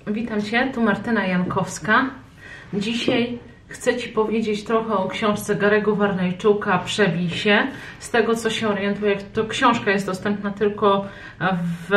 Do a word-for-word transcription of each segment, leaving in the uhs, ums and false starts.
Witam Cię, tu Martyna Jankowska. Dzisiaj chcę Ci powiedzieć trochę o książce Gary'ego Vaynerchuka Przebij się. Z tego, co się orientuję, to książka jest dostępna tylko w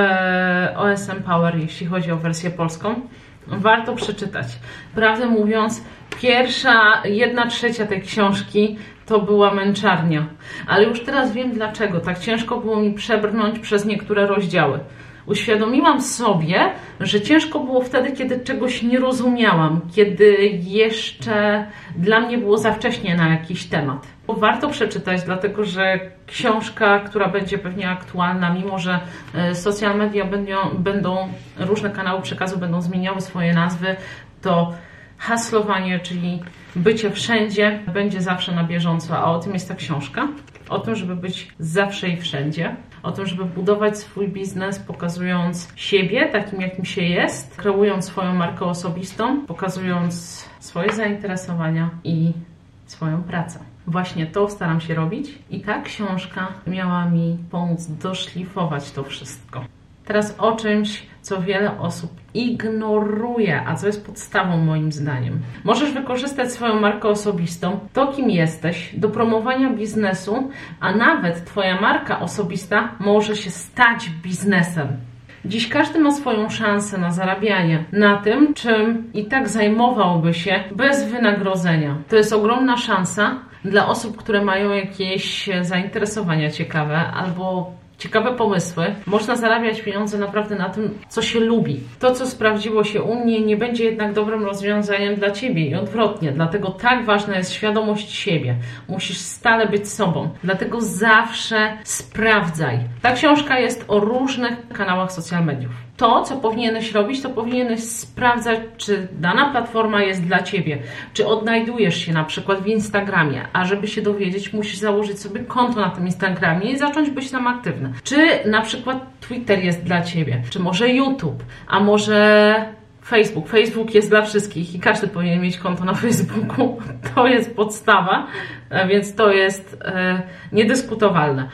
O S M Power, jeśli chodzi o wersję polską. Warto przeczytać. Prawdę mówiąc, pierwsza jedna trzecia tej książki to była męczarnia. Ale już teraz wiem dlaczego. Tak ciężko było mi przebrnąć przez niektóre rozdziały. Uświadomiłam sobie, że ciężko było wtedy, kiedy czegoś nie rozumiałam, kiedy jeszcze dla mnie było za wcześnie na jakiś temat. Warto przeczytać, dlatego że książka, która będzie pewnie aktualna, mimo że social media będą, będą różne kanały przekazu będą zmieniały swoje nazwy, to haslowanie, czyli bycie wszędzie, będzie zawsze na bieżąco, a o tym jest ta książka. O tym, żeby być zawsze i wszędzie. O tym, żeby budować swój biznes, pokazując siebie takim, jakim się jest, kreując swoją markę osobistą, pokazując swoje zainteresowania i swoją pracę. Właśnie to staram się robić i ta książka miała mi pomóc doszlifować to wszystko. Teraz o czymś, co wiele osób ignoruje, a co jest podstawą moim zdaniem. Możesz wykorzystać swoją markę osobistą, to kim jesteś, do promowania biznesu, a nawet Twoja marka osobista może się stać biznesem. Dziś każdy ma swoją szansę na zarabianie na tym, czym i tak zajmowałby się bez wynagrodzenia. To jest ogromna szansa dla osób, które mają jakieś zainteresowania ciekawe albo ciekawe pomysły. Można zarabiać pieniądze naprawdę na tym, co się lubi. To, co sprawdziło się u mnie, nie będzie jednak dobrym rozwiązaniem dla Ciebie i odwrotnie. Dlatego tak ważna jest świadomość siebie. Musisz stale być sobą. Dlatego zawsze sprawdzaj. Ta książka jest o różnych kanałach social mediów. To, co powinieneś robić, to powinieneś sprawdzać, czy dana platforma jest dla Ciebie, czy odnajdujesz się na przykład w Instagramie, a żeby się dowiedzieć, musisz założyć sobie konto na tym Instagramie i zacząć być tam aktywny. Czy na przykład Twitter jest dla Ciebie, czy może YouTube, a może Facebook. Facebook jest dla wszystkich i każdy powinien mieć konto na Facebooku. To jest podstawa, więc to jest e, niedyskutowalne.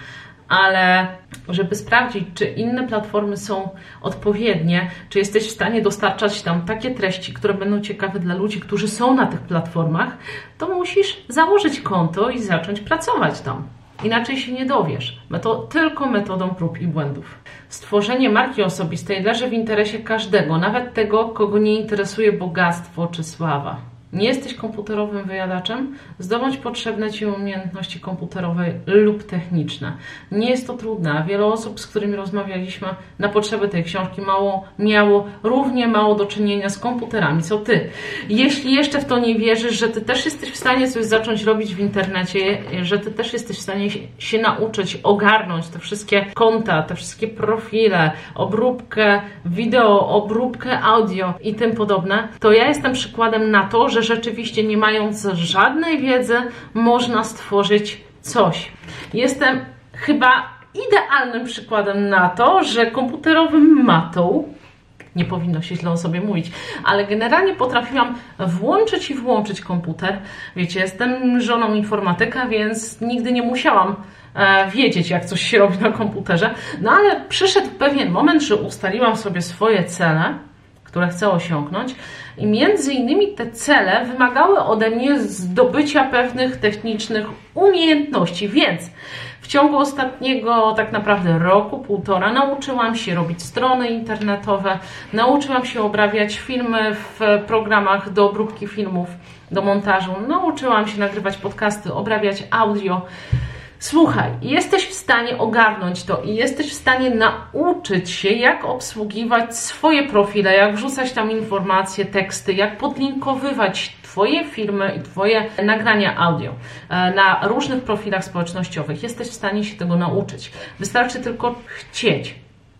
Ale żeby sprawdzić, czy inne platformy są odpowiednie, czy jesteś w stanie dostarczać tam takie treści, które będą ciekawe dla ludzi, którzy są na tych platformach, to musisz założyć konto i zacząć pracować tam. Inaczej się nie dowiesz. To tylko metodą prób i błędów. Stworzenie marki osobistej leży w interesie każdego, nawet tego, kogo nie interesuje bogactwo czy sława. Nie jesteś komputerowym wyjadaczem? Zdobądź potrzebne Ci umiejętności komputerowe lub techniczne. Nie jest to trudne, a wiele osób, z którymi rozmawialiśmy na potrzeby tej książki mało, miało równie mało do czynienia z komputerami, co Ty. Jeśli jeszcze w to nie wierzysz, że Ty też jesteś w stanie coś zacząć robić w internecie, że Ty też jesteś w stanie się nauczyć, ogarnąć te wszystkie konta, te wszystkie profile, obróbkę wideo, obróbkę audio i tym podobne, to ja jestem przykładem na to, że rzeczywiście nie mając żadnej wiedzy można stworzyć coś. Jestem chyba idealnym przykładem na to, że komputerowym matą, nie powinno się źle o sobie mówić, ale generalnie potrafiłam włączyć i włączyć komputer. Wiecie, jestem żoną informatyka, więc nigdy nie musiałam e, wiedzieć, jak coś się robi na komputerze. No ale przyszedł pewien moment, że ustaliłam sobie swoje cele, które chcę osiągnąć i między innymi te cele wymagały ode mnie zdobycia pewnych technicznych umiejętności, więc w ciągu ostatniego tak naprawdę roku, półtora nauczyłam się robić strony internetowe, nauczyłam się obrabiać filmy w programach do obróbki filmów, do montażu, nauczyłam się nagrywać podcasty, obrabiać audio. Słuchaj, jesteś w stanie ogarnąć to i jesteś w stanie nauczyć się, jak obsługiwać swoje profile, jak wrzucać tam informacje, teksty, jak podlinkowywać Twoje filmy i Twoje nagrania audio na różnych profilach społecznościowych. Jesteś w stanie się tego nauczyć. Wystarczy tylko chcieć.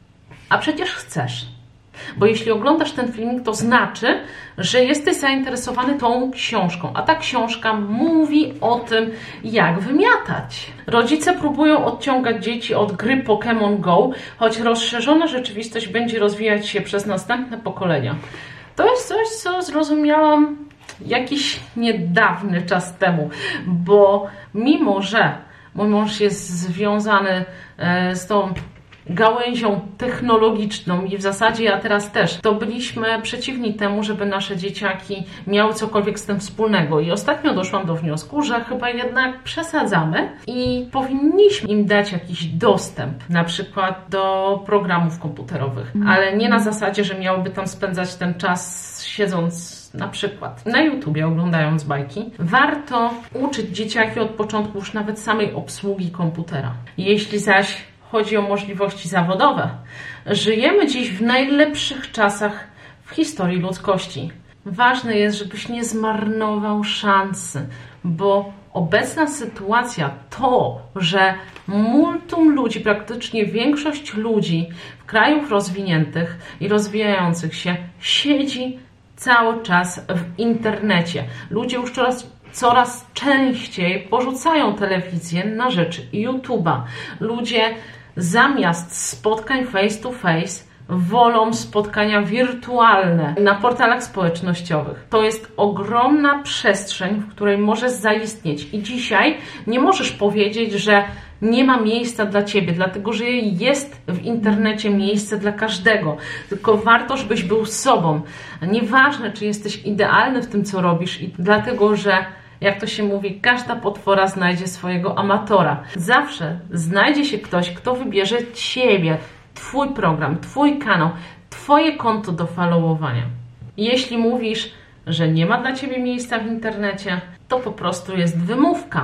A przecież chcesz. Bo jeśli oglądasz ten filmik, to znaczy, że jesteś zainteresowany tą książką, a ta książka mówi o tym, jak wymiatać. Rodzice próbują odciągać dzieci od gry Pokémon Go, choć rozszerzona rzeczywistość będzie rozwijać się przez następne pokolenia. To jest coś, co zrozumiałam jakiś niedawny czas temu, bo mimo, że mój mąż jest związany z tą gałęzią technologiczną i w zasadzie ja teraz też, to byliśmy przeciwni temu, żeby nasze dzieciaki miały cokolwiek z tym wspólnego. I ostatnio doszłam do wniosku, że chyba jednak przesadzamy i powinniśmy im dać jakiś dostęp, na przykład do programów komputerowych, ale nie na zasadzie, że miałyby tam spędzać ten czas siedząc na przykład na YouTubie, oglądając bajki. Warto uczyć dzieciaki od początku już nawet samej obsługi komputera. Jeśli zaś chodzi o możliwości zawodowe, żyjemy dziś w najlepszych czasach w historii ludzkości. Ważne jest, żebyś nie zmarnował szansy, bo obecna sytuacja, to, że multum ludzi, praktycznie większość ludzi w krajów rozwiniętych i rozwijających się siedzi cały czas w internecie. Ludzie już coraz, coraz częściej porzucają telewizję na rzecz YouTube'a. Ludzie zamiast spotkań face to face wolą spotkania wirtualne na portalach społecznościowych. To jest ogromna przestrzeń, w której możesz zaistnieć i dzisiaj nie możesz powiedzieć, że nie ma miejsca dla Ciebie, dlatego że jest w internecie miejsce dla każdego, tylko warto, żebyś był sobą. Nieważne, czy jesteś idealny w tym, co robisz, i dlatego, że jak to się mówi, każda potwora znajdzie swojego amatora. Zawsze znajdzie się ktoś, kto wybierze Ciebie, Twój program, Twój kanał, Twoje konto do followowania. Jeśli mówisz, że nie ma dla Ciebie miejsca w internecie, to po prostu jest wymówka.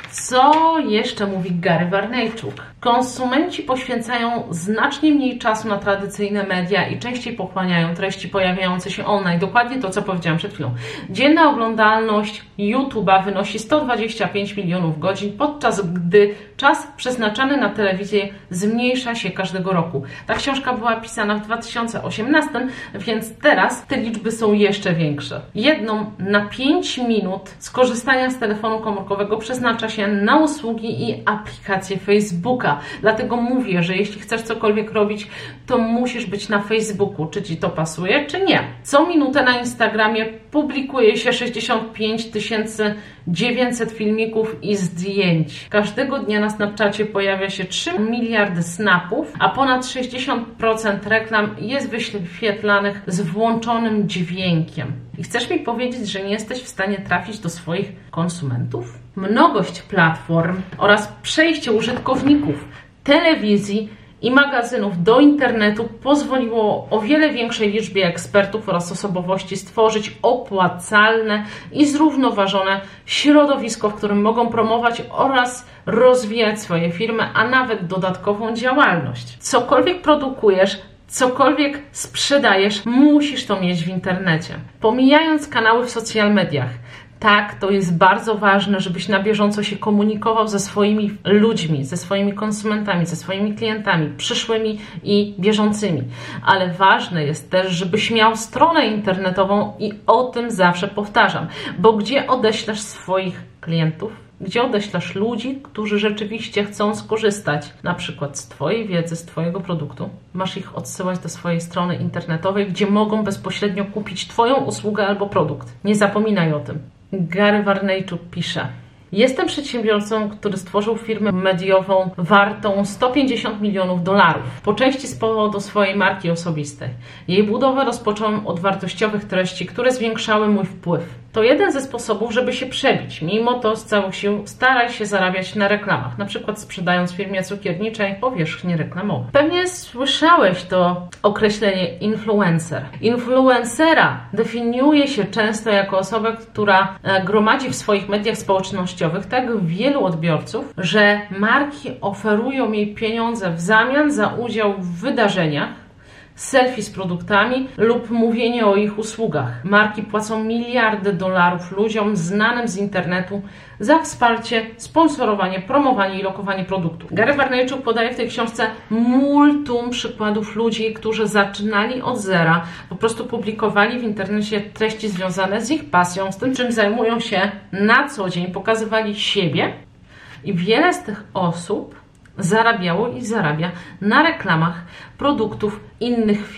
Co jeszcze mówi Gary Vaynerchuk? Konsumenci poświęcają znacznie mniej czasu na tradycyjne media i częściej pochłaniają treści pojawiające się online. Dokładnie to, co powiedziałam przed chwilą. Dzienna oglądalność YouTube'a wynosi sto dwadzieścia pięć milionów godzin, podczas gdy czas przeznaczany na telewizję zmniejsza się każdego roku. Ta książka była pisana w dwa tysiące osiemnastym, więc teraz te liczby są jeszcze większe. Jedną na pięć minut skorzystania z telefonu komórkowego przeznacza się na usługi i aplikacje Facebooka. Dlatego mówię, że jeśli chcesz cokolwiek robić, to musisz być na Facebooku. Czy Ci to pasuje, czy nie? Co minutę na Instagramie publikuje się sześćdziesiąt pięć tysięcy dziewięćset filmików i zdjęć. Każdego dnia na Snapchacie pojawia się trzy miliardy snapów, a ponad sześćdziesiąt procent reklam jest wyświetlanych z włączonym dźwiękiem. I chcesz mi powiedzieć, że nie jesteś w stanie trafić do swoich konsumentów? Mnogość platform oraz przejście użytkowników telewizji i magazynów do internetu pozwoliło o wiele większej liczbie ekspertów oraz osobowości stworzyć opłacalne i zrównoważone środowisko, w którym mogą promować oraz rozwijać swoje firmy, a nawet dodatkową działalność. Cokolwiek produkujesz, cokolwiek sprzedajesz, musisz to mieć w internecie. Pomijając kanały w social mediach, tak, to jest bardzo ważne, żebyś na bieżąco się komunikował ze swoimi ludźmi, ze swoimi konsumentami, ze swoimi klientami, przyszłymi i bieżącymi. Ale ważne jest też, żebyś miał stronę internetową i o tym zawsze powtarzam. Bo gdzie odeślasz swoich klientów? Gdzie odeślasz ludzi, którzy rzeczywiście chcą skorzystać na przykład z Twojej wiedzy, z Twojego produktu? Masz ich odsyłać do swojej strony internetowej, gdzie mogą bezpośrednio kupić Twoją usługę albo produkt. Nie zapominaj o tym. Gary Vaynerchuk pisze: jestem przedsiębiorcą, który stworzył firmę mediową wartą sto pięćdziesiąt milionów dolarów, po części z powodu swojej marki osobistej. Jej budowę rozpocząłem od wartościowych treści, które zwiększały mój wpływ. To jeden ze sposobów, żeby się przebić. Mimo to z całych sił staraj się zarabiać na reklamach, na przykład sprzedając firmie cukierniczej powierzchnie reklamowe. Pewnie słyszałeś to określenie influencer. Influencera definiuje się często jako osobę, która gromadzi w swoich mediach społecznościowych tak wielu odbiorców, że marki oferują jej pieniądze w zamian za udział w wydarzeniach, selfie z produktami lub mówienie o ich usługach. Marki płacą miliardy dolarów ludziom znanym z internetu za wsparcie, sponsorowanie, promowanie i lokowanie produktu. Gary Vaynerchuk podaje w tej książce multum przykładów ludzi, którzy zaczynali od zera, po prostu publikowali w internecie treści związane z ich pasją, z tym, czym zajmują się na co dzień, pokazywali siebie i wiele z tych osób zarabiało i zarabia na reklamach produktów innych firm.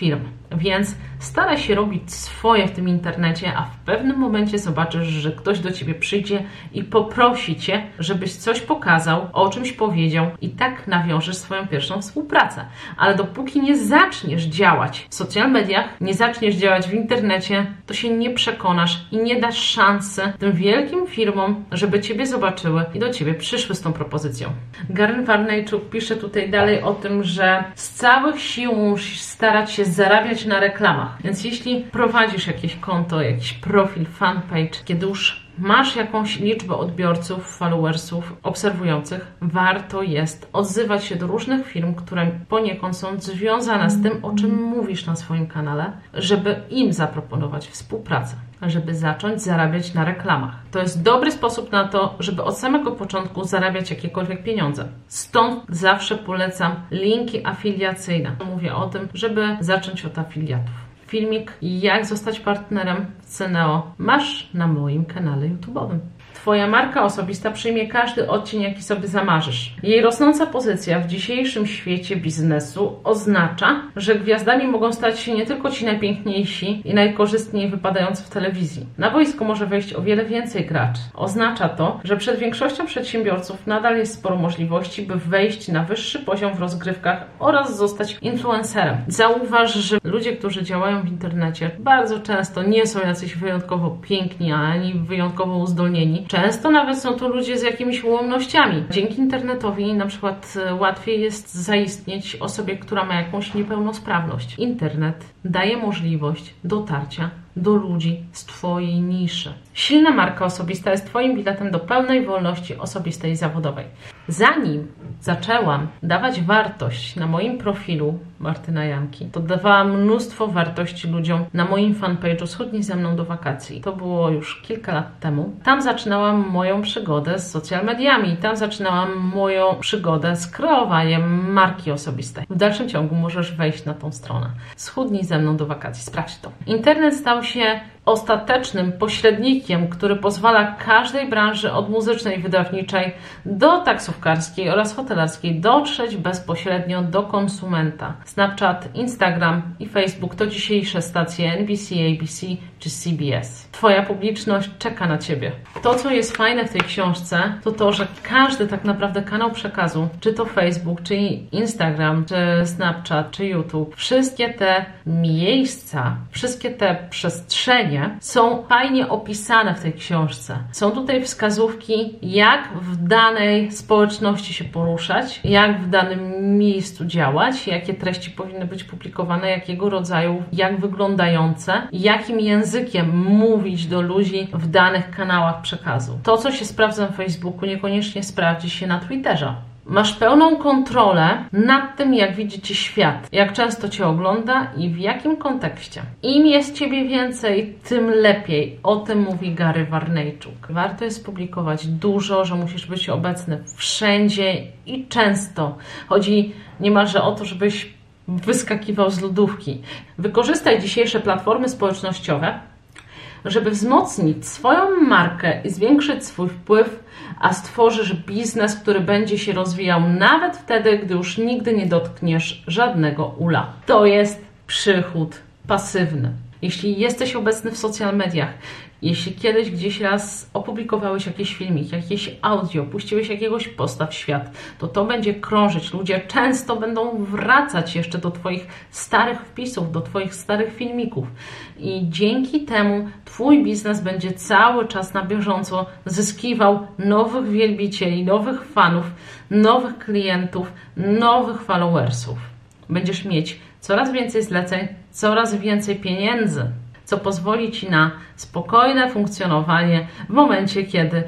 Więc staraj się robić swoje w tym internecie, a w pewnym momencie zobaczysz, że ktoś do Ciebie przyjdzie i poprosi Cię, żebyś coś pokazał, o czymś powiedział i tak nawiążesz swoją pierwszą współpracę. Ale dopóki nie zaczniesz działać w social mediach, nie zaczniesz działać w internecie, to się nie przekonasz i nie dasz szansy tym wielkim firmom, żeby Ciebie zobaczyły i do Ciebie przyszły z tą propozycją. Gary Vaynerchuk pisze tutaj dalej o tym, że z całych sił musisz starać się zarabiać na reklamach. Więc jeśli prowadzisz jakieś konto, jakiś profil, fanpage, kiedy już masz jakąś liczbę odbiorców, followersów, obserwujących, warto jest odzywać się do różnych firm, które poniekąd są związane z tym, o czym mówisz na swoim kanale, żeby im zaproponować współpracę, żeby zacząć zarabiać na reklamach. To jest dobry sposób na to, żeby od samego początku zarabiać jakiekolwiek pieniądze. Stąd zawsze polecam linki afiliacyjne. Mówię o tym, żeby zacząć od afiliatów. Filmik jak zostać partnerem w Ceneo masz na moim kanale YouTube'owym. Twoja marka osobista przyjmie każdy odcień, jaki sobie zamarzysz. Jej rosnąca pozycja w dzisiejszym świecie biznesu oznacza, że gwiazdami mogą stać się nie tylko ci najpiękniejsi i najkorzystniej wypadający w telewizji. Na boisko może wejść o wiele więcej graczy. Oznacza to, że przed większością przedsiębiorców nadal jest sporo możliwości, by wejść na wyższy poziom w rozgrywkach oraz zostać influencerem. Zauważ, że ludzie, którzy działają w internecie, bardzo często nie są jacyś wyjątkowo piękni, ani wyjątkowo uzdolnieni. Często nawet są to ludzie z jakimiś ułomnościami. Dzięki internetowi na przykład łatwiej jest zaistnieć osobie, która ma jakąś niepełnosprawność. Internet daje możliwość dotarcia do ludzi z Twojej niszy. Silna marka osobista jest Twoim biletem do pełnej wolności osobistej i zawodowej. Zanim zaczęłam dawać wartość na moim profilu Martyna Janki, to dawałam mnóstwo wartości ludziom na moim fanpage'u Schudnij ze mną do wakacji. To było już kilka lat temu. Tam zaczynałam moją przygodę z social mediami. Tam zaczynałam moją przygodę z kreowaniem marki osobistej. W dalszym ciągu możesz wejść na tą stronę. Schudnij ze mną do wakacji. Sprawdź to. Internet stał się ostatecznym pośrednikiem, który pozwala każdej branży od muzycznej, wydawniczej do taksówkarskiej oraz hotelarskiej dotrzeć bezpośrednio do konsumenta. Snapchat, Instagram i Facebook to dzisiejsze stacje N B C, A B C czy C B S. Twoja publiczność czeka na Ciebie. To, co jest fajne w tej książce, to to, że każdy tak naprawdę kanał przekazu, czy to Facebook, czy Instagram, czy Snapchat, czy YouTube, wszystkie te miejsca, wszystkie te przestrzenie są fajnie opisane w tej książce. Są tutaj wskazówki, jak w danej społeczności się poruszać, jak w danym miejscu działać, jakie treści powinny być publikowane, jakiego rodzaju, jak wyglądające, jakim językiem mówić do ludzi w danych kanałach przekazu. To, co się sprawdza na Facebooku, niekoniecznie sprawdzi się na Twitterze. Masz pełną kontrolę nad tym, jak widzi Cię świat, jak często Cię ogląda i w jakim kontekście. Im jest Ciebie więcej, tym lepiej. O tym mówi Gary Vaynerchuk. Warto jest publikować dużo, że musisz być obecny wszędzie i często. Chodzi niemalże o to, żebyś wyskakiwał z lodówki. Wykorzystaj dzisiejsze platformy społecznościowe, żeby wzmocnić swoją markę i zwiększyć swój wpływ, a stworzysz biznes, który będzie się rozwijał nawet wtedy, gdy już nigdy nie dotkniesz żadnego ula. To jest przychód pasywny. Jeśli jesteś obecny w social mediach, jeśli kiedyś gdzieś raz opublikowałeś jakiś filmik, jakieś audio, puściłeś jakiegoś posta w świat, to to będzie krążyć. Ludzie często będą wracać jeszcze do Twoich starych wpisów, do Twoich starych filmików. I dzięki temu Twój biznes będzie cały czas na bieżąco zyskiwał nowych wielbicieli, nowych fanów, nowych klientów, nowych followersów. Będziesz mieć coraz więcej zleceń, coraz więcej pieniędzy, co pozwoli Ci na spokojne funkcjonowanie w momencie, kiedy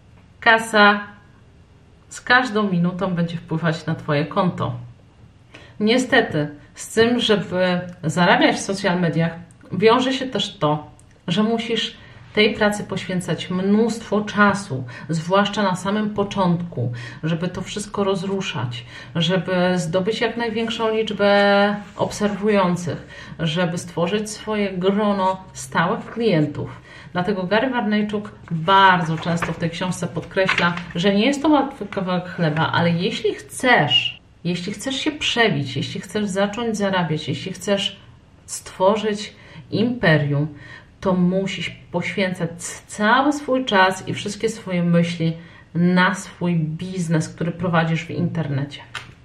kasa z każdą minutą będzie wpływać na Twoje konto. Niestety, z tym, żeby zarabiać w social mediach, wiąże się też to, że musisz tej pracy poświęcać mnóstwo czasu, zwłaszcza na samym początku, żeby to wszystko rozruszać, żeby zdobyć jak największą liczbę obserwujących, żeby stworzyć swoje grono stałych klientów. Dlatego Gary Vaynerchuk bardzo często w tej książce podkreśla, że nie jest to łatwy kawałek chleba, ale jeśli chcesz, jeśli chcesz się przebić, jeśli chcesz zacząć zarabiać, jeśli chcesz stworzyć imperium, to musisz poświęcać cały swój czas i wszystkie swoje myśli na swój biznes, który prowadzisz w internecie.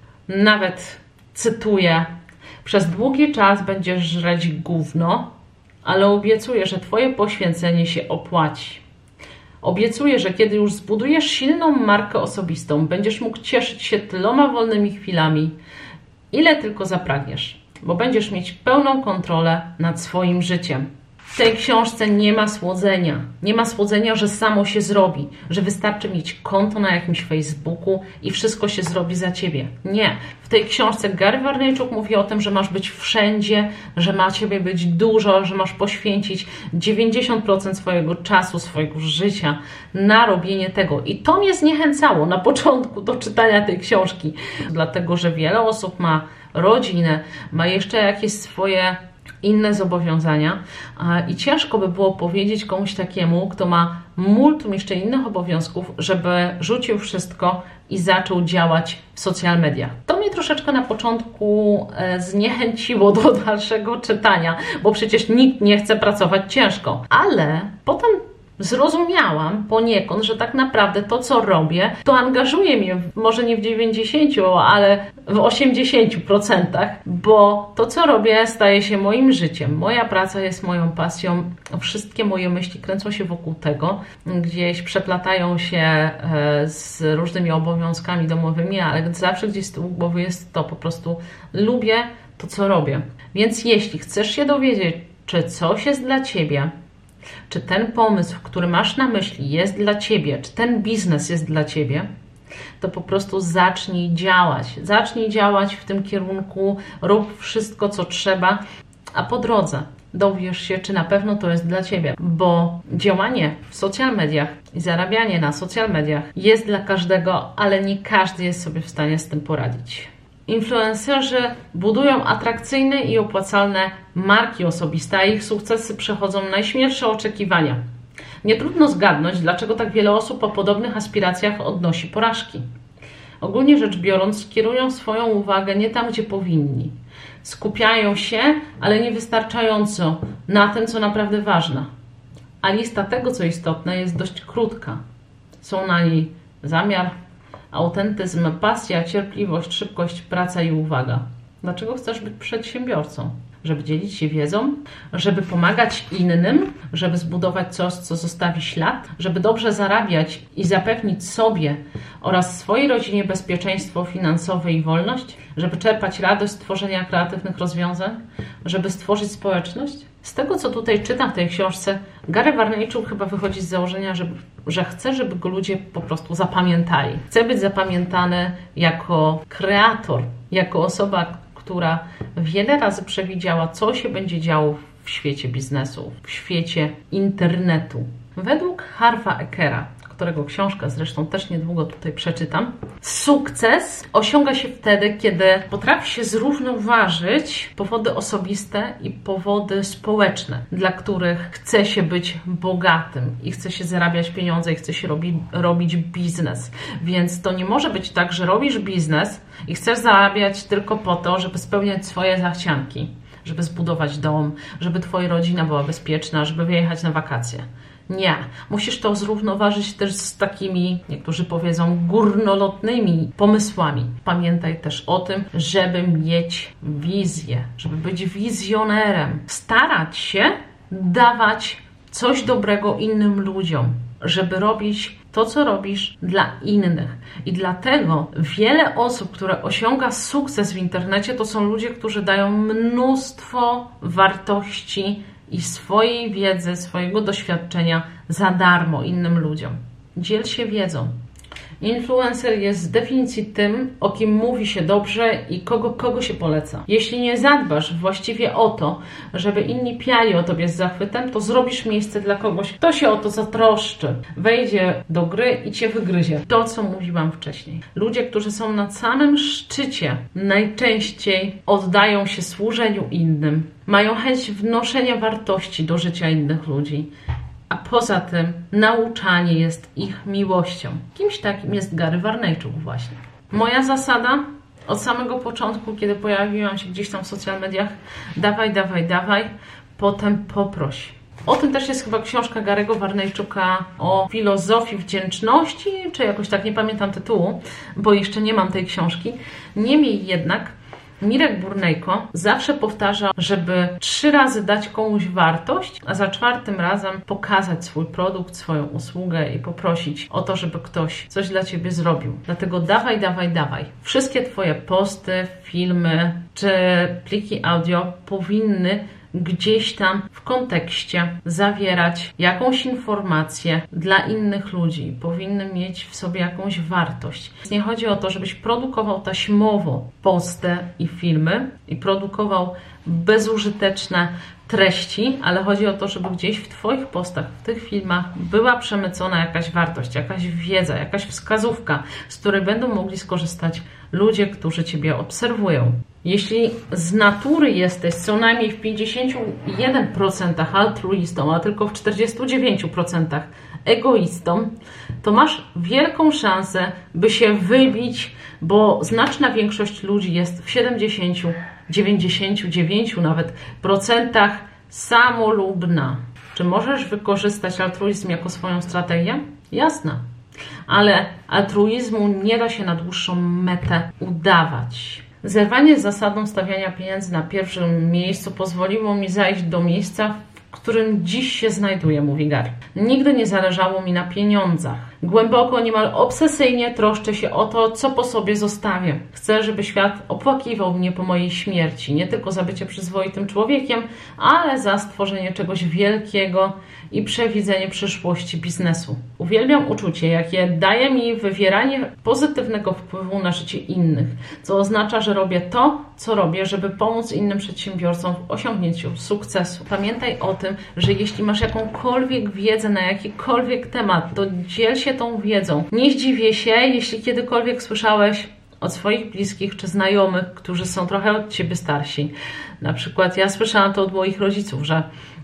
Nawet cytuję, przez długi czas będziesz żreć gówno, ale obiecuję, że Twoje poświęcenie się opłaci. Obiecuję, że kiedy już zbudujesz silną markę osobistą, będziesz mógł cieszyć się tyloma wolnymi chwilami, ile tylko zapragniesz, bo będziesz mieć pełną kontrolę nad swoim życiem. W tej książce nie ma słodzenia. Nie ma słodzenia, że samo się zrobi, że wystarczy mieć konto na jakimś Facebooku i wszystko się zrobi za Ciebie. Nie. W tej książce Gary Vaynerchuk mówi o tym, że masz być wszędzie, że ma Ciebie być dużo, że masz poświęcić dziewięćdziesiąt procent swojego czasu, swojego życia na robienie tego. I to mnie zniechęcało na początku do czytania tej książki, dlatego że wiele osób ma rodzinę, ma jeszcze jakieś swoje inne zobowiązania i ciężko by było powiedzieć komuś takiemu, kto ma multum jeszcze innych obowiązków, żeby rzucił wszystko i zaczął działać w social mediach. To mnie troszeczkę na początku zniechęciło do dalszego czytania, bo przecież nikt nie chce pracować ciężko, ale potem zrozumiałam poniekąd, że tak naprawdę to, co robię, to angażuje mnie, może nie w dziewięćdziesięciu procentach, ale w osiemdziesięciu procentach, bo to, co robię, staje się moim życiem. Moja praca jest moją pasją. Wszystkie moje myśli kręcą się wokół tego, gdzieś przeplatają się z różnymi obowiązkami domowymi, ale zawsze gdzieś z tyłu głowy jest to, po prostu lubię to, co robię. Więc jeśli chcesz się dowiedzieć, czy coś jest dla Ciebie, czy ten pomysł, który masz na myśli, jest dla Ciebie, czy ten biznes jest dla Ciebie, to po prostu zacznij działać. Zacznij działać w tym kierunku, rób wszystko, co trzeba, a po drodze dowiesz się, czy na pewno to jest dla Ciebie, bo działanie w social mediach i zarabianie na social mediach jest dla każdego, ale nie każdy jest sobie w stanie z tym poradzić. Influencerzy budują atrakcyjne i opłacalne marki osobiste, a ich sukcesy przechodzą najśmielsze oczekiwania. Nie trudno zgadnąć, dlaczego tak wiele osób o podobnych aspiracjach odnosi porażki. Ogólnie rzecz biorąc, kierują swoją uwagę nie tam, gdzie powinni. Skupiają się, ale niewystarczająco na tym, co naprawdę ważne. A lista tego, co istotne, jest dość krótka. Są na niej zamiar, autentyzm, pasja, cierpliwość, szybkość, praca i uwaga. Dlaczego chcesz być przedsiębiorcą? Żeby dzielić się wiedzą, żeby pomagać innym, żeby zbudować coś, co zostawi ślad, żeby dobrze zarabiać i zapewnić sobie oraz swojej rodzinie bezpieczeństwo finansowe i wolność, żeby czerpać radość z tworzenia kreatywnych rozwiązań, żeby stworzyć społeczność. Z tego, co tutaj czytam w tej książce, Gary Vaynerchuk chyba wychodzi z założenia, że, że chce, żeby go ludzie po prostu zapamiętali. Chce być zapamiętany jako kreator, jako osoba, która wiele razy przewidziała, co się będzie działo w świecie biznesu, w świecie internetu. Według Harva Ekera, którego książkę zresztą też niedługo tutaj przeczytam, sukces osiąga się wtedy, kiedy potrafi się zrównoważyć powody osobiste i powody społeczne, dla których chce się być bogatym i chce się zarabiać pieniądze i chce się robi, robić biznes. Więc to nie może być tak, że robisz biznes i chcesz zarabiać tylko po to, żeby spełniać swoje zachcianki, żeby zbudować dom, żeby Twoja rodzina była bezpieczna, żeby wyjechać na wakacje. Nie. Musisz to zrównoważyć też z takimi, niektórzy powiedzą, górnolotnymi pomysłami. Pamiętaj też o tym, żeby mieć wizję, żeby być wizjonerem. Starać się dawać coś dobrego innym ludziom, żeby robić to, co robisz dla innych. I dlatego wiele osób, które osiąga sukces w internecie, to są ludzie, którzy dają mnóstwo wartości i swojej wiedzy, swojego doświadczenia za darmo innym ludziom. Dziel się wiedzą. Influencer jest z definicji tym, o kim mówi się dobrze i kogo, kogo się poleca. Jeśli nie zadbasz właściwie o to, żeby inni piali o tobie z zachwytem, to zrobisz miejsce dla kogoś, kto się o to zatroszczy, wejdzie do gry i cię wygryzie. To, co mówiłam wcześniej. Ludzie, którzy są na samym szczycie, najczęściej oddają się służeniu innym, mają chęć wnoszenia wartości do życia innych ludzi. A poza tym nauczanie jest ich miłością. Kimś takim jest Gary Vaynerchuk właśnie. Moja zasada? od samego początku, kiedy pojawiłam się gdzieś tam w social mediach, dawaj, dawaj, dawaj, potem poproś. O tym też jest chyba książka Gary'ego Vaynerchuka o filozofii wdzięczności, czy jakoś tak, nie pamiętam tytułu, bo jeszcze nie mam tej książki. Niemniej jednak Mirek Burnejko zawsze powtarza, żeby trzy razy dać komuś wartość, a za czwartym razem pokazać swój produkt, swoją usługę i poprosić o to, żeby ktoś coś dla Ciebie zrobił. Dlatego dawaj, dawaj, dawaj. Wszystkie Twoje posty, filmy czy pliki audio powinny gdzieś tam w kontekście zawierać jakąś informację dla innych ludzi. Powinny mieć w sobie jakąś wartość. Nie chodzi o to, żebyś produkował taśmowo posty i filmy i produkował bezużyteczne treści, ale chodzi o to, żeby gdzieś w Twoich postach, w tych filmach była przemycona jakaś wartość, jakaś wiedza, jakaś wskazówka, z której będą mogli skorzystać ludzie, którzy Ciebie obserwują. Jeśli z natury jesteś co najmniej w pięćdziesięciu jeden procent altruistą, a tylko w czterdziestu dziewięciu procentach egoistą, to masz wielką szansę, by się wybić, bo znaczna większość ludzi jest w siedemdziesięciu, dziewięćdziesięciu dziewięciu nawet procentach samolubna. Czy możesz wykorzystać altruizm jako swoją strategię? Jasne. Ale altruizmu nie da się na dłuższą metę udawać. Zerwanie z zasadą stawiania pieniędzy na pierwszym miejscu pozwoliło mi zajść do miejsca, w którym dziś się znajduję, mówi Gary. Nigdy nie zależało mi na pieniądzach. Głęboko, niemal obsesyjnie troszczę się o to, co po sobie zostawię. Chcę, żeby świat opłakiwał mnie po mojej śmierci. Nie tylko za bycie przyzwoitym człowiekiem, ale za stworzenie czegoś wielkiego i przewidzenie przyszłości biznesu. Uwielbiam uczucie, jakie daje mi wywieranie pozytywnego wpływu na życie innych, co oznacza, że robię to, co robię, żeby pomóc innym przedsiębiorcom w osiągnięciu sukcesu. Pamiętaj o tym, że jeśli masz jakąkolwiek wiedzę na jakikolwiek temat, to dziel się tą wiedzą. Nie zdziwię się, jeśli kiedykolwiek słyszałeś od swoich bliskich czy znajomych, którzy są trochę od Ciebie starsi. Na przykład ja słyszałam to od moich rodziców, że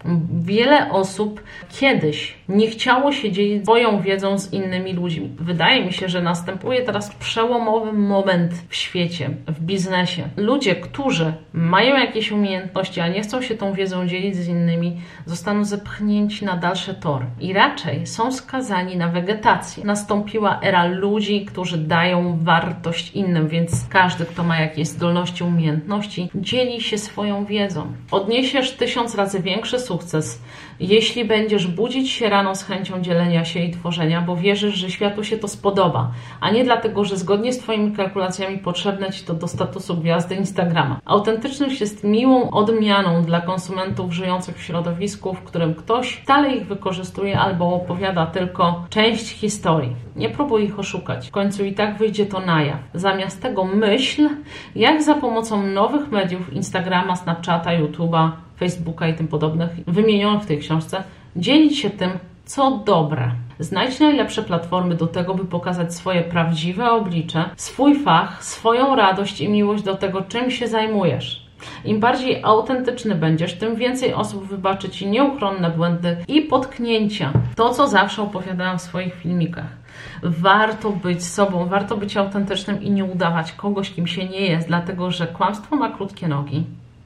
wiele osób kiedyś nie chciało się dzielić swoją wiedzą z innymi ludźmi. Wydaje mi się, że następuje teraz przełomowy moment w świecie, w biznesie. Ludzie, którzy mają jakieś umiejętności, a nie chcą się tą wiedzą dzielić z innymi, zostaną zepchnięci na dalszy tor i raczej są skazani na wegetację. Nastąpiła era ludzi, którzy dają wartość innym, więc każdy, kto ma jakieś zdolności, umiejętności, dzieli się swoją wiedzą. Odniesiesz tysiąc razy większy sukces, jeśli będziesz budzić się rano z chęcią dzielenia się i tworzenia, bo wierzysz, że światu się to spodoba, a nie dlatego, że zgodnie z Twoimi kalkulacjami potrzebne Ci to do statusu gwiazdy Instagrama. Autentyczność jest miłą odmianą dla konsumentów żyjących w środowisku, w którym ktoś wcale ich wykorzystuje albo opowiada tylko część historii. Nie próbuj ich oszukać. W końcu i tak wyjdzie to na jaw. Zamiast tego myśl, jak za pomocą nowych mediów, Instagrama, Snapchata, YouTube'a, Facebooka i tym podobnych, wymienionych w tej książce, dzielić się tym, co dobre. Znajdź najlepsze platformy do tego, by pokazać swoje prawdziwe oblicze, swój fach, swoją radość i miłość do tego, czym się zajmujesz. Im bardziej autentyczny będziesz, tym więcej osób wybaczy Ci nieuchronne błędy i potknięcia. To, co zawsze opowiadałam w swoich filmikach. Warto być sobą, warto być autentycznym i nie udawać kogoś, kim się nie jest, dlatego że kłamstwo ma krótkie nogi.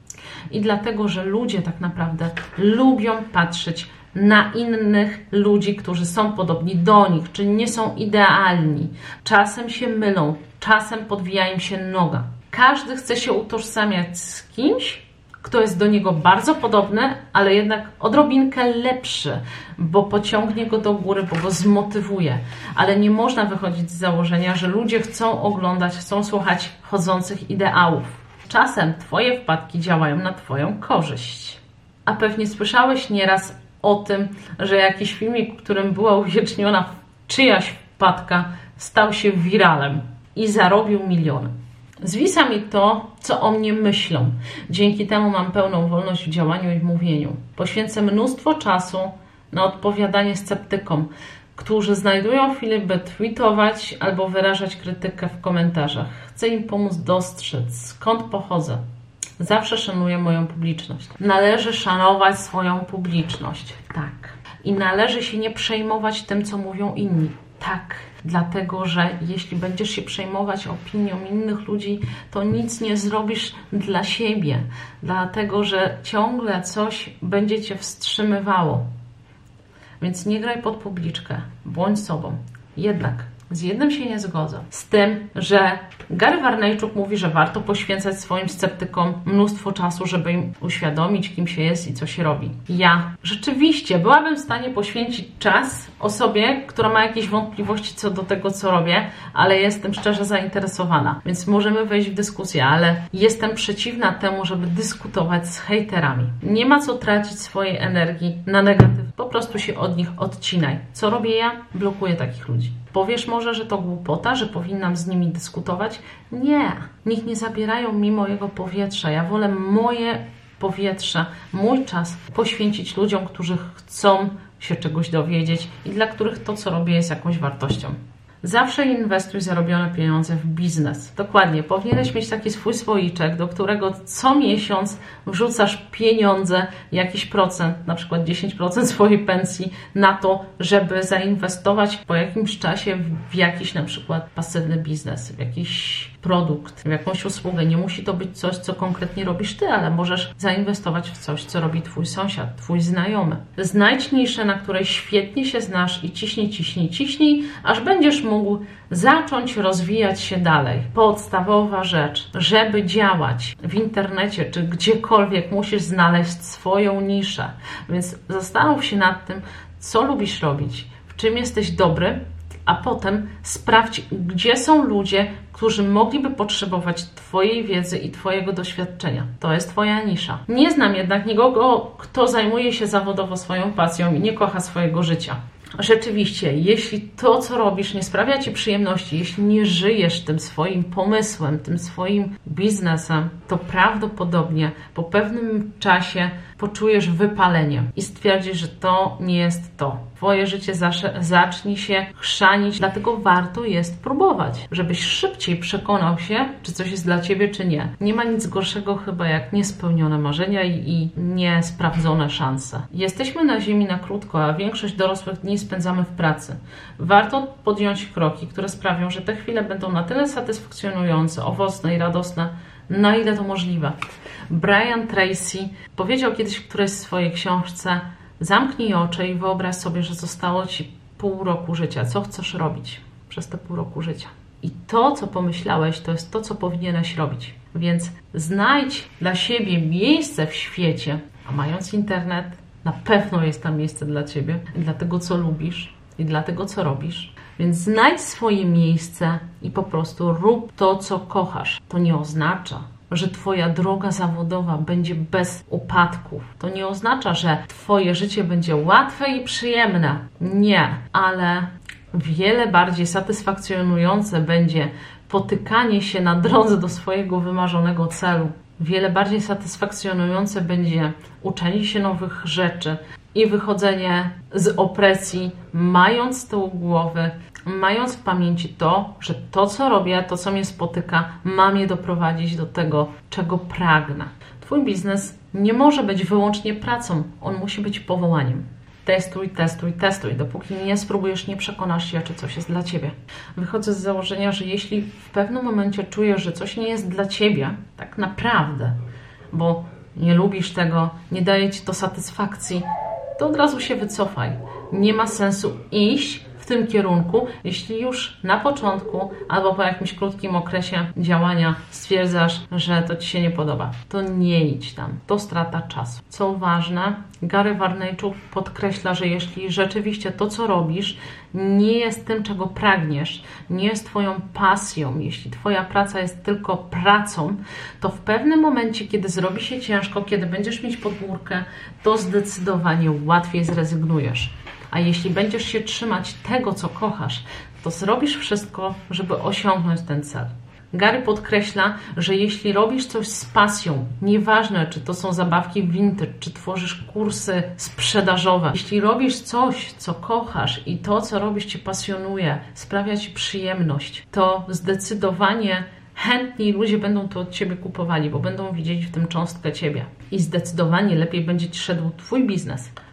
I dlatego, że ludzie tak naprawdę lubią patrzeć na innych ludzi, którzy są podobni do nich, czyli nie są idealni. Czasem się mylą, czasem podwija im się noga. Każdy chce się utożsamiać z kimś, kto jest do niego bardzo podobny, ale jednak odrobinkę lepszy, bo pociągnie go do góry, bo go zmotywuje. Ale nie można wychodzić z założenia, że ludzie chcą oglądać, chcą słuchać chodzących ideałów. Czasem Twoje wpadki działają na Twoją korzyść. A pewnie słyszałeś nieraz o tym, że jakiś filmik, w którym była uwieczniona czyjaś wpadka, stał się wiralem i zarobił miliony. Zwisa mi to, co o mnie myślą. Dzięki temu mam pełną wolność w działaniu i w mówieniu. Poświęcę mnóstwo czasu na odpowiadanie sceptykom, którzy znajdują chwilę, by tweetować albo wyrażać krytykę w komentarzach. Chcę im pomóc dostrzec, skąd pochodzę. Zawsze szanuję moją publiczność. Należy szanować swoją publiczność, tak. I należy się nie przejmować tym, co mówią inni. Tak, dlatego że jeśli będziesz się przejmować opinią innych ludzi, to nic nie zrobisz dla siebie, dlatego że ciągle coś będzie cię wstrzymywało. Więc nie graj pod publiczkę, bądź sobą. Jednak z jednym się nie zgodzę. Z tym, że Gary Vaynerchuk mówi, że warto poświęcać swoim sceptykom mnóstwo czasu, żeby im uświadomić, kim się jest i co się robi. Ja rzeczywiście byłabym w stanie poświęcić czas osobie, która ma jakieś wątpliwości co do tego, co robię, ale jestem szczerze zainteresowana. Więc możemy wejść w dyskusję, ale jestem przeciwna temu, żeby dyskutować z hejterami. Nie ma co tracić swojej energii na negatyw. Po prostu się od nich odcinaj. Co robię ja? Blokuję takich ludzi. Powiesz może, że to głupota, że powinnam z nimi dyskutować? Nie. Niech nie zabierają mi mojego powietrza. Ja wolę moje powietrze, mój czas poświęcić ludziom, którzy chcą się czegoś dowiedzieć i dla których to, co robię, jest jakąś wartością. Zawsze inwestuj zarobione pieniądze w biznes. Dokładnie. Powinieneś mieć taki swój słoiczek, do którego co miesiąc wrzucasz pieniądze, jakiś procent, na przykład dziesięć procent swojej pensji na to, żeby zainwestować po jakimś czasie w jakiś na przykład pasywny biznes, w jakiś produkt, w jakąś usługę. Nie musi to być coś, co konkretnie robisz ty, ale możesz zainwestować w coś, co robi twój sąsiad, twój znajomy. Znajdź niszę, na której świetnie się znasz i ciśnij, ciśnij, ciśnij, aż będziesz mógł zacząć rozwijać się dalej. Podstawowa rzecz, żeby działać w internecie czy gdziekolwiek, musisz znaleźć swoją niszę. Więc zastanów się nad tym, co lubisz robić, w czym jesteś dobry, a potem sprawdź, gdzie są ludzie, którzy mogliby potrzebować Twojej wiedzy i Twojego doświadczenia. To jest Twoja nisza. Nie znam jednak nikogo, kto zajmuje się zawodowo swoją pasją i nie kocha swojego życia. Rzeczywiście, jeśli to, co robisz, nie sprawia Ci przyjemności, jeśli nie żyjesz tym swoim pomysłem, tym swoim biznesem, to prawdopodobnie po pewnym czasie poczujesz wypalenie i stwierdzisz, że to nie jest to. Twoje życie zacznie się chrzanić, dlatego warto jest próbować, żebyś szybciej przekonał się, czy coś jest dla Ciebie, czy nie. Nie ma nic gorszego chyba jak niespełnione marzenia i, i niesprawdzone szanse. Jesteśmy na ziemi na krótko, a większość dorosłych dni spędzamy w pracy. Warto podjąć kroki, które sprawią, że te chwile będą na tyle satysfakcjonujące, owocne i radosne, na ile to możliwe. Brian Tracy powiedział kiedyś w którejś swojej książce: zamknij oczy i wyobraź sobie, że zostało Ci pół roku życia. Co chcesz robić przez te pół roku życia? I to, co pomyślałeś, to jest to, co powinieneś robić. Więc znajdź dla siebie miejsce w świecie, a mając internet, na pewno jest tam miejsce dla Ciebie, dla tego, co lubisz i dla tego, co robisz. Więc znajdź swoje miejsce i po prostu rób to, co kochasz. To nie oznacza, że Twoja droga zawodowa będzie bez upadków. To nie oznacza, że Twoje życie będzie łatwe i przyjemne. Nie, ale wiele bardziej satysfakcjonujące będzie potykanie się na drodze do swojego wymarzonego celu. Wiele bardziej satysfakcjonujące będzie uczenie się nowych rzeczy i wychodzenie z opresji, mając z tyłu głowy, mając w pamięci to, że to, co robię, to, co mnie spotyka, ma mnie doprowadzić do tego, czego pragnę. Twój biznes nie może być wyłącznie pracą, on musi być powołaniem. Testuj, testuj, testuj. Dopóki nie spróbujesz, nie przekonasz się, czy coś jest dla Ciebie. Wychodzę z założenia, że jeśli w pewnym momencie czujesz, że coś nie jest dla Ciebie, tak naprawdę, bo nie lubisz tego, nie daje Ci to satysfakcji, to od razu się wycofaj. Nie ma sensu iść w tym kierunku, jeśli już na początku albo po jakimś krótkim okresie działania stwierdzasz, że to Ci się nie podoba. To nie idź tam. To strata czasu. Co ważne, Gary Vaynerchuk podkreśla, że jeśli rzeczywiście to, co robisz, nie jest tym, czego pragniesz, nie jest Twoją pasją, jeśli Twoja praca jest tylko pracą, to w pewnym momencie, kiedy zrobi się ciężko, kiedy będziesz mieć podwórkę, to zdecydowanie łatwiej zrezygnujesz. A jeśli będziesz się trzymać tego, co kochasz, to zrobisz wszystko, żeby osiągnąć ten cel. Gary podkreśla, że jeśli robisz coś z pasją, nieważne czy to są zabawki vintage, czy tworzysz kursy sprzedażowe, jeśli robisz coś, co kochasz i to, co robisz, Cię pasjonuje, sprawia Ci przyjemność, to zdecydowanie chętniej ludzie będą to od Ciebie kupowali, bo będą widzieli w tym cząstkę Ciebie. I zdecydowanie lepiej będzie Ci szedł Twój biznes.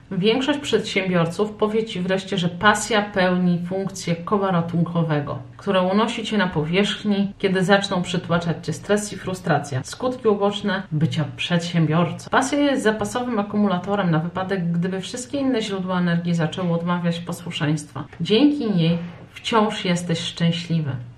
Większość przedsiębiorców powie Ci wreszcie, że pasja pełni funkcję koła ratunkowego, które unosi Cię na powierzchni, kiedy zaczną przytłaczać Cię stres i frustracja. Skutki uboczne bycia przedsiębiorcą. Pasja jest zapasowym akumulatorem na wypadek, gdyby wszystkie inne źródła energii zaczęły odmawiać posłuszeństwa. Dzięki niej wciąż jesteś szczęśliwy.